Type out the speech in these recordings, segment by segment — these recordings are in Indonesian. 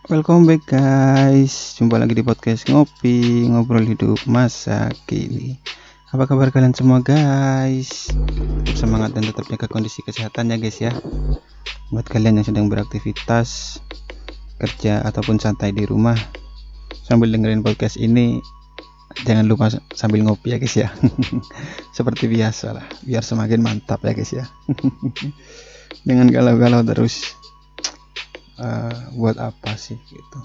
Welcome back guys, jumpa lagi di podcast Ngopi, ngobrol hidup masa kini. Apa kabar kalian semua guys? Tetap semangat dan tetap jaga kondisi kesehatan ya guys ya. Buat kalian yang sedang beraktivitas, kerja ataupun santai di rumah sambil dengerin podcast ini, jangan lupa sambil ngopi ya guys ya. Seperti biasa lah, biar semakin mantap ya guys ya. Jangan galau-galau terus. Buat apa sih gitu?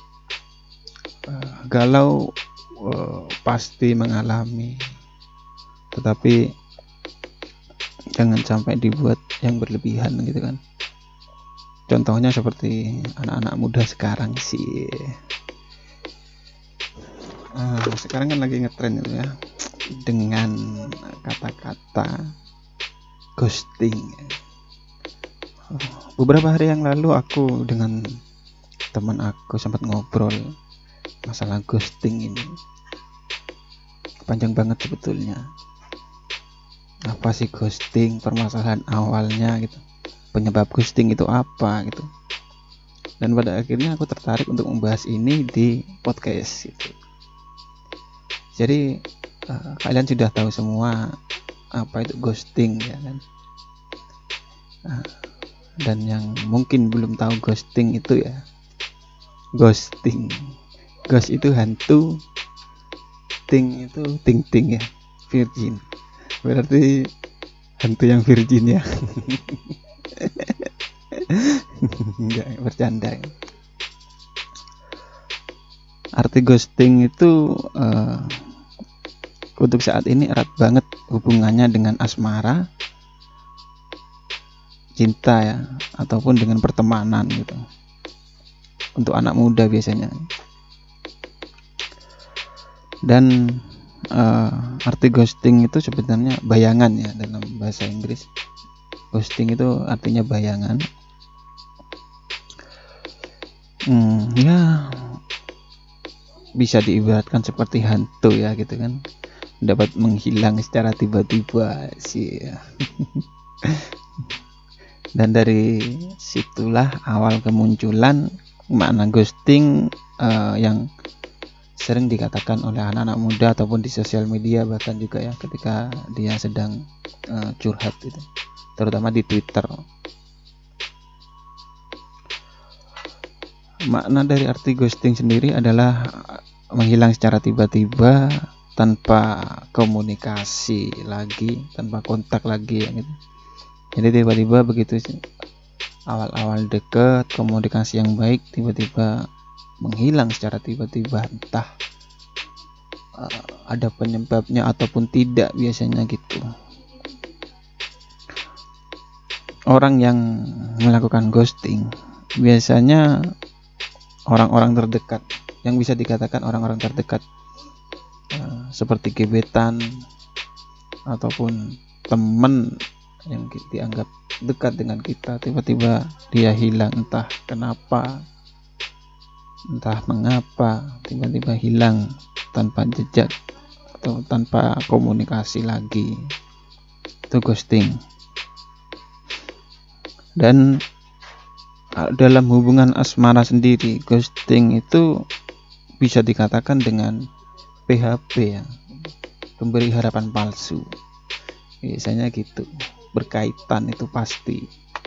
Galau pasti mengalami, tetapi jangan sampai dibuat yang berlebihan gitu kan. Contohnya seperti anak-anak muda sekarang sih. Sekarang kan lagi ngetren gitu ya, dengan kata-kata ghosting. Beberapa hari yang lalu aku dengan teman aku sempat ngobrol masalah ghosting ini. Panjang banget sebetulnya. Apa sih ghosting, permasalahan awalnya gitu, penyebab ghosting itu apa gitu. Dan pada akhirnya aku tertarik untuk membahas ini di podcast gitu. Jadi kalian sudah tahu semua apa itu ghosting ya kan. Dan yang mungkin belum tahu ghosting itu ya, ghosting, ghost itu hantu, ting itu ting ya, virgin, berarti hantu yang virgin ya. Enggak, bercanda. Arti ghosting itu untuk saat ini erat banget hubungannya dengan asmara, cinta ya, ataupun dengan pertemanan gitu. Untuk anak muda biasanya. Dan arti ghosting itu sebenarnya bayangan ya dalam bahasa Inggris. Ghosting itu artinya bayangan. Ya bisa diibaratkan seperti hantu ya gitu kan, dapat menghilang secara tiba-tiba sih ya. Dan dari situlah awal kemunculan makna ghosting yang sering dikatakan oleh anak-anak muda ataupun di sosial media, bahkan juga ya ketika dia sedang curhat gitu, terutama di Twitter. Makna dari arti ghosting sendiri adalah menghilang secara tiba-tiba, tanpa komunikasi lagi, tanpa kontak lagi ya gitu. Jadi tiba-tiba begitu awal-awal deket, komunikasi yang baik, tiba-tiba menghilang secara tiba-tiba, entah ada penyebabnya ataupun tidak biasanya gitu. Orang yang melakukan ghosting biasanya orang-orang terdekat, yang bisa dikatakan orang-orang terdekat, seperti gebetan ataupun teman yang dianggap dekat dengan kita, tiba-tiba dia hilang, entah kenapa, entah mengapa, tiba-tiba hilang tanpa jejak atau tanpa komunikasi lagi. Itu ghosting. Dan dalam hubungan asmara sendiri, ghosting itu bisa dikatakan dengan PHP ya, pemberi harapan palsu. Biasanya gitu, berkaitan itu pasti.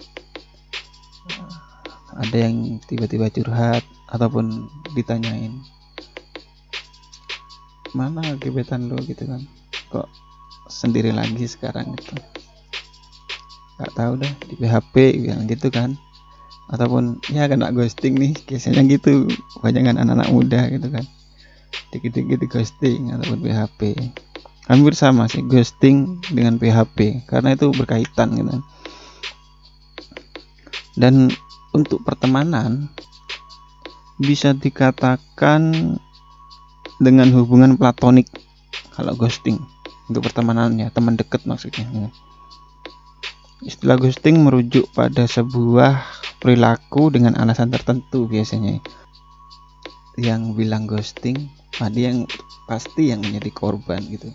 Ada yang tiba-tiba curhat ataupun ditanyain, mana gebetan lo gitu kan, kok sendiri lagi sekarang gitu, nggak tahu dah, di PHP bilang gitu kan. Ataupun ya kena ghosting nih, biasanya gitu kebanyakan anak-anak muda gitu kan, dikit-dikit di ghosting ataupun PHP. Hampir sama sih ghosting dengan PHP karena itu berkaitan gitu. Dan untuk pertemanan bisa dikatakan dengan hubungan platonik kalau ghosting. Untuk pertemanan ya, teman dekat maksudnya. Istilah ghosting merujuk pada sebuah perilaku dengan alasan tertentu biasanya. Yang bilang ghosting, dia yang pasti yang menjadi korban gitu.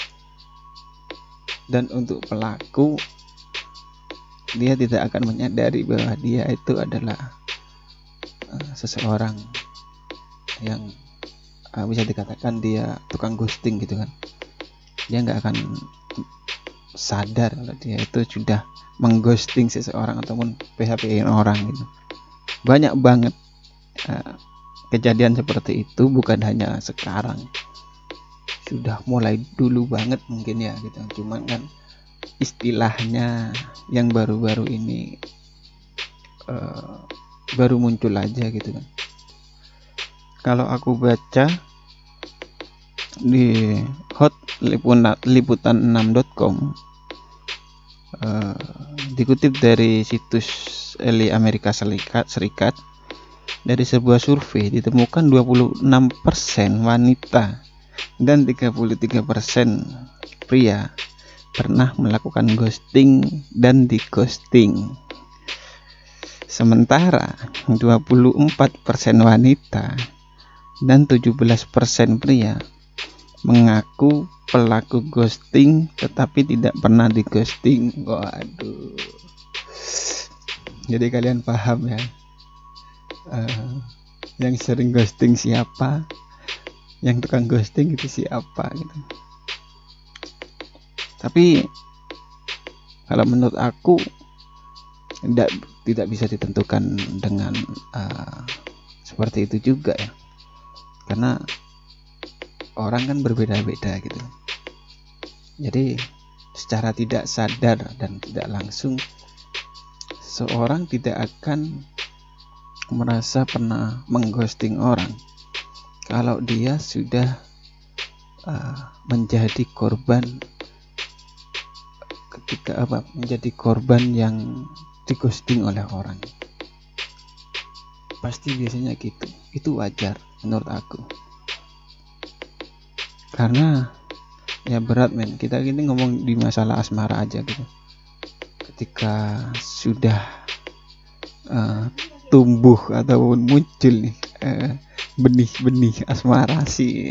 Dan untuk pelaku, dia tidak akan menyadari bahwa dia itu adalah seseorang yang bisa dikatakan dia tukang ghosting gitu kan, dia nggak akan sadar kalau dia itu sudah mengghosting seseorang ataupun PHP-in orang gitu. Banyak banget kejadian seperti itu, bukan hanya sekarang, sudah mulai dulu banget mungkin ya gitu. Cuman kan istilahnya yang baru-baru ini baru muncul aja gitu kan. Kalau aku baca di liputan6.com, dikutip dari situs Eli Amerika Serikat, dari sebuah survei ditemukan 26% wanita dan 33% pria pernah melakukan ghosting dan di-ghosting. Sementara 24% wanita dan 17% pria mengaku pelaku ghosting tetapi tidak pernah di-ghosting. Waduh. Jadi kalian paham ya, yang sering ghosting siapa, yang tukang ghosting itu siapa gitu. Tapi kalau menurut aku tidak bisa ditentukan dengan seperti itu juga ya, karena orang kan berbeda-beda gitu. Jadi secara tidak sadar dan tidak langsung, seorang tidak akan merasa pernah mengghosting orang kalau dia sudah menjadi korban menjadi korban yang di-ghosting oleh orang. Pasti biasanya gitu. Itu wajar menurut aku. Karena ya berat men, kita ini ngomong di masalah asmara aja gitu. Ketika sudah tumbuh ataupun muncul nih benih-benih asmara sih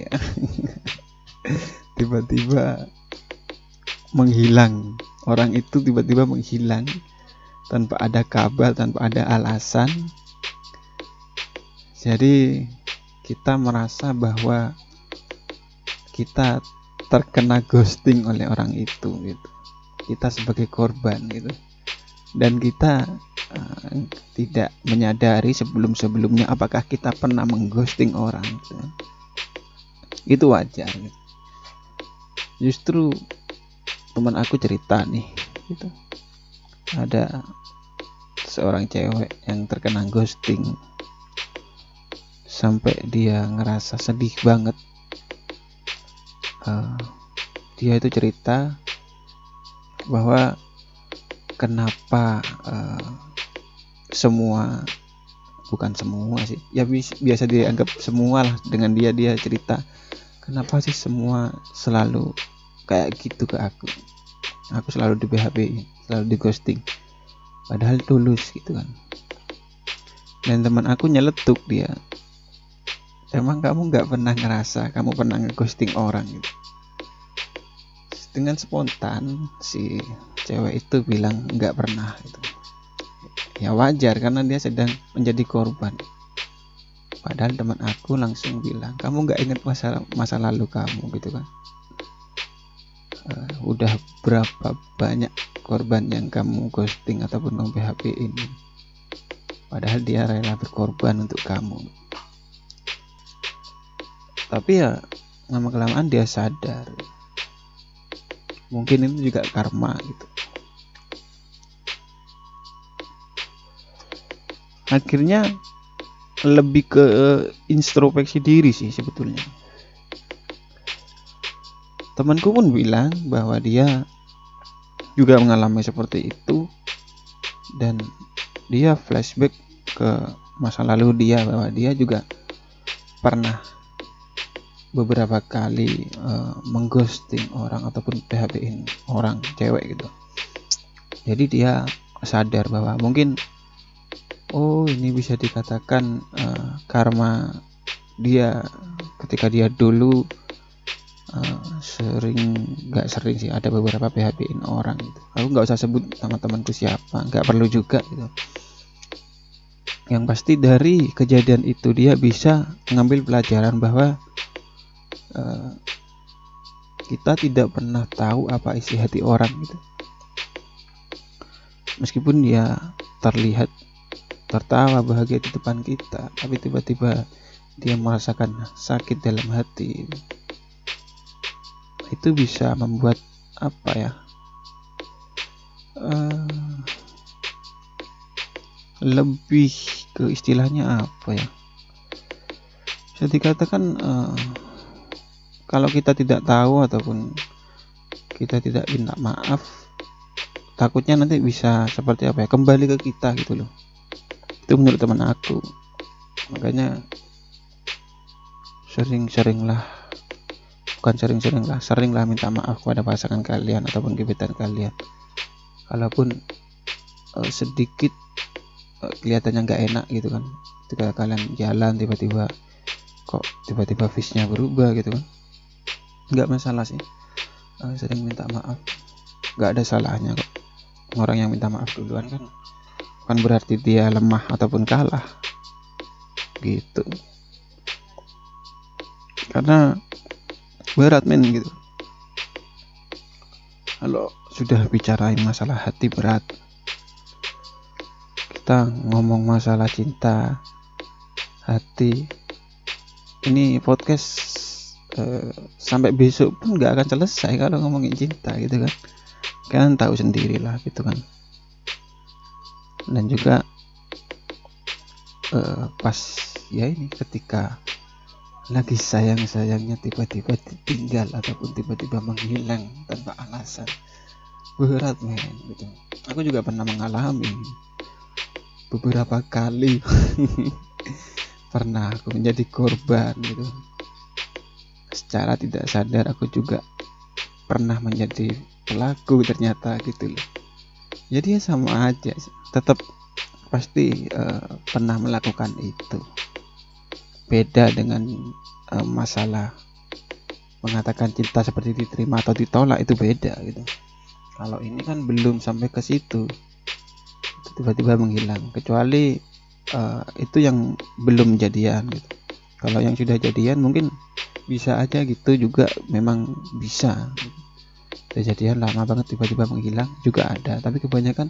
tiba-tiba menghilang, orang itu tiba-tiba menghilang tanpa ada kabar, tanpa ada alasan. Jadi kita merasa bahwa kita terkena ghosting oleh orang itu gitu. Kita sebagai korban gitu. Dan kita tidak menyadari sebelumnya apakah kita pernah mengghosting orang gitu. Itu wajar gitu. Justru teman aku cerita nih gitu, ada seorang cewek yang terkena ghosting sampai dia ngerasa sedih banget. Dia itu cerita bahwa kenapa bukan semua sih ya, biasa dianggap semua lah, dengan dia cerita kenapa sih semua selalu kayak gitu ke aku selalu di PHP, selalu di ghosting, padahal tulus gitu kan. Dan teman aku nyeletuk dia, emang kamu nggak pernah ngerasa kamu pernah nge-ghosting orang gitu? Dengan spontan si cewek itu bilang nggak pernah gitu. Ya wajar karena dia sedang menjadi korban. Padahal teman aku langsung bilang, kamu nggak ingat masa lalu kamu gitu kan? Udah berapa banyak korban yang kamu ghosting ataupun kamu PHP ini? Padahal dia rela berkorban untuk kamu. Tapi ya lama-kelamaan dia sadar, mungkin itu juga karma gitu. Akhirnya lebih ke introspeksi diri sih sebetulnya. Temanku pun bilang bahwa dia juga mengalami seperti itu, dan dia flashback ke masa lalu dia, bahwa dia juga pernah beberapa kali mengghosting orang ataupun PHP-in orang cewek gitu. Jadi dia sadar bahwa mungkin ini bisa dikatakan karma dia ketika dia dulu nggak sering sih, ada beberapa PHP-in orang gitu. Aku nggak usah sebut sama temanku siapa, nggak perlu juga gitu. Yang pasti dari kejadian itu dia bisa mengambil pelajaran bahwa kita tidak pernah tahu apa isi hati orang gitu. Meskipun dia terlihat tertawa bahagia di depan kita, tapi tiba-tiba dia merasakan sakit dalam hati. Itu bisa membuat apa ya, lebih ke istilahnya apa ya, bisa dikatakan kalau kita tidak tahu ataupun kita tidak minta maaf, takutnya nanti bisa seperti apa ya, kembali ke kita gitu loh. Itu menurut teman aku. Makanya seringlah minta maaf kepada pasangan kalian ataupun gebetan kalian. Kalaupun sedikit kelihatannya nggak enak gitu kan, ketika kalian jalan tiba-tiba face-nya berubah gitu kan, nggak masalah sih. Sering minta maaf, nggak ada salahnya kok. Orang yang minta maaf duluan kan bukan berarti dia lemah ataupun kalah gitu, karena berat men gitu. Kalau sudah bicarain masalah hati berat, kita ngomong masalah cinta hati, ini podcast sampai besok pun nggak akan selesai kalau ngomongin cinta gitu kan. Kalian tahu sendirilah gitu kan. Dan juga pas ya ini, ketika lagi sayang-sayangnya tiba-tiba ditinggal ataupun tiba-tiba menghilang tanpa alasan, berat men gitu. Aku juga pernah mengalami beberapa kali pernah aku menjadi korban gitu. Secara tidak sadar aku juga pernah menjadi pelaku ternyata gitu loh. Jadi ya sama aja, tetap pasti pernah melakukan itu. Beda dengan masalah mengatakan cinta seperti diterima atau ditolak, itu beda gitu. Kalau ini kan belum sampai ke situ, tiba-tiba menghilang, kecuali itu yang belum jadian gitu. Kalau yang sudah jadian mungkin bisa aja gitu juga, memang bisa kejadian lama banget tiba-tiba menghilang juga ada. Tapi kebanyakan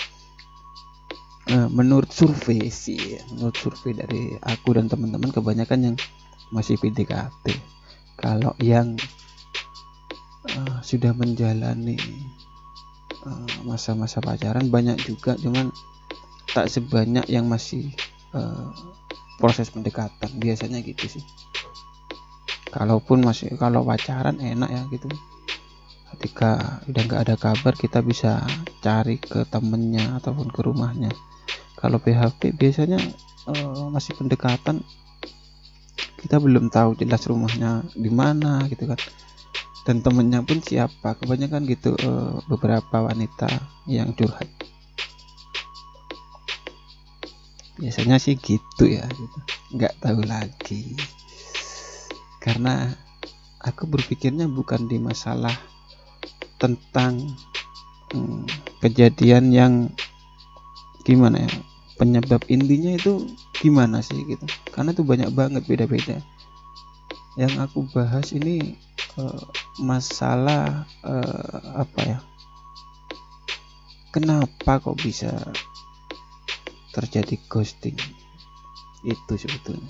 menurut survei dari aku dan teman-teman, kebanyakan yang masih PDKT. Kalau yang sudah menjalani masa-masa pacaran banyak juga, cuman tak sebanyak yang masih proses pendekatan, biasanya gitu sih. Kalau pacaran enak ya gitu, ketika udah nggak ada kabar kita bisa cari ke temennya ataupun ke rumahnya. Kalau PHP biasanya masih pendekatan, kita belum tahu jelas rumahnya di mana gitu kan, dan temennya pun siapa. Kebanyakan gitu beberapa wanita yang curhat biasanya sih gitu ya gitu. Nggak tahu lagi, karena aku berpikirnya bukan di masalah tentang kejadian yang gimana ya, penyebab intinya itu gimana sih gitu, karena itu banyak banget beda-beda. Yang aku bahas ini masalah apa ya, kenapa kok bisa terjadi ghosting itu sebetulnya.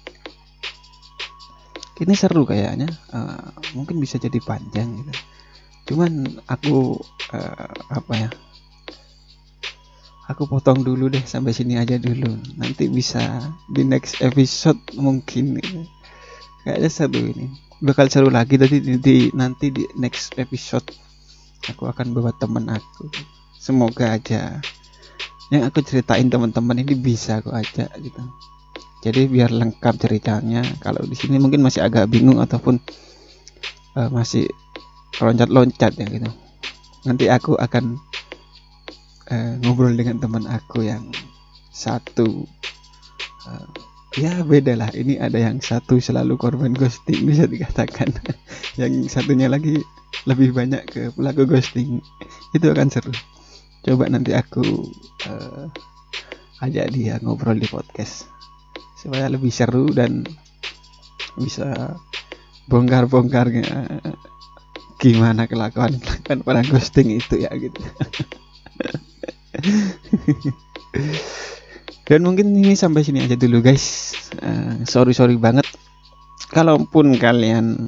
Ini seru kayaknya, mungkin bisa jadi panjang gitu. Cuman aku aku potong dulu deh, sampai sini aja dulu. Nanti bisa di next episode mungkin kayaknya seru, ini bakal seru lagi. Nanti di next episode aku akan bawa teman aku. Semoga aja yang aku ceritain teman-teman ini bisa aku ajak gitu. Jadi biar lengkap ceritanya. Kalau di sini mungkin masih agak bingung ataupun masih loncat-loncat ya gitu. Nanti aku akan ngobrol dengan teman aku yang satu, ya beda lah. Ini ada yang satu selalu korban ghosting bisa dikatakan, yang satunya lagi lebih banyak ke pelaku ghosting. Itu akan seru. Coba nanti aku ajak dia ngobrol di podcast supaya lebih seru dan bisa bongkar-bongkarnya gimana kelakuan pada ghosting itu ya gitu. Dan mungkin ini sampai sini aja dulu guys. Sorry banget kalaupun kalian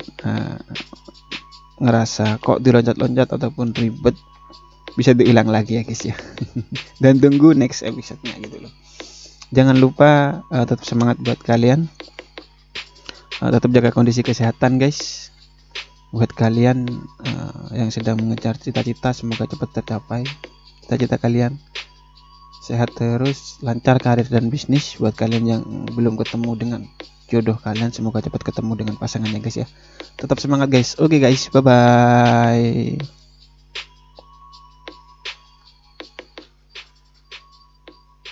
ngerasa kok diloncat-loncat ataupun ribet, bisa diulang lagi ya guys ya. Dan tunggu next episode-nya gitu loh. Jangan lupa tetap semangat buat kalian, tetap jaga kondisi kesehatan guys. Buat kalian yang sedang mengejar cita-cita, semoga cepat tercapai cita-cita kalian. Sehat terus, lancar karir dan bisnis. Buat kalian yang belum ketemu dengan jodoh kalian, semoga cepat ketemu dengan pasangannya guys ya. Tetap semangat guys. Oke guys, bye bye.